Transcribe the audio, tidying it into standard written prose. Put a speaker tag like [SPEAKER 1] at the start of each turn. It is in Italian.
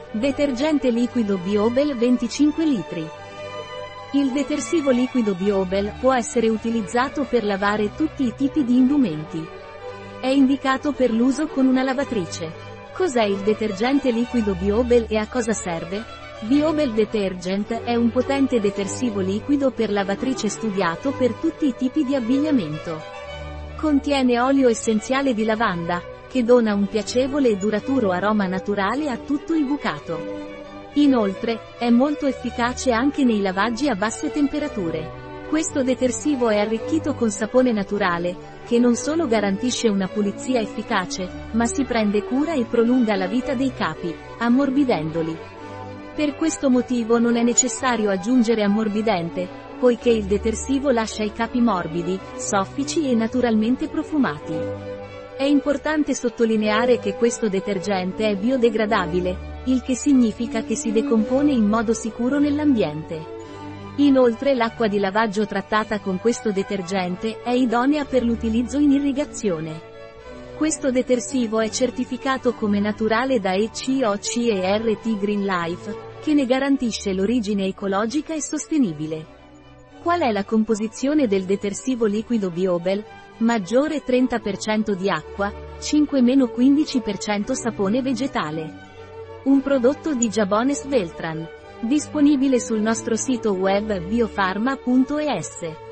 [SPEAKER 1] Detergente liquido Biobel 25 litri. Il detersivo liquido Biobel può essere utilizzato per lavare tutti i tipi di indumenti. È indicato per l'uso con una lavatrice. Cos'è il detergente liquido Biobel e a cosa serve? Biobel Detergent è un potente detersivo liquido per lavatrice studiato per tutti i tipi di abbigliamento. Contiene olio essenziale di lavanda, che dona un piacevole e duraturo aroma naturale a tutto il bucato. Inoltre, è molto efficace anche nei lavaggi a basse temperature. Questo detersivo è arricchito con sapone naturale, che non solo garantisce una pulizia efficace, ma si prende cura e prolunga la vita dei capi, ammorbidendoli. Per questo motivo non è necessario aggiungere ammorbidente, poiché il detersivo lascia i capi morbidi, soffici e naturalmente profumati. È importante sottolineare che questo detergente è biodegradabile, il che significa che si decompone in modo sicuro nell'ambiente. Inoltre l'acqua di lavaggio trattata con questo detergente è idonea per l'utilizzo in irrigazione. Questo detersivo è certificato come naturale da ECOCERT Green Life, che ne garantisce l'origine ecologica e sostenibile. Qual è la composizione del detersivo liquido Biobel? Maggiore 30% di acqua, 5-15% sapone vegetale. Un prodotto di Jabones Beltran. Disponibile sul nostro sito web biofarma.es.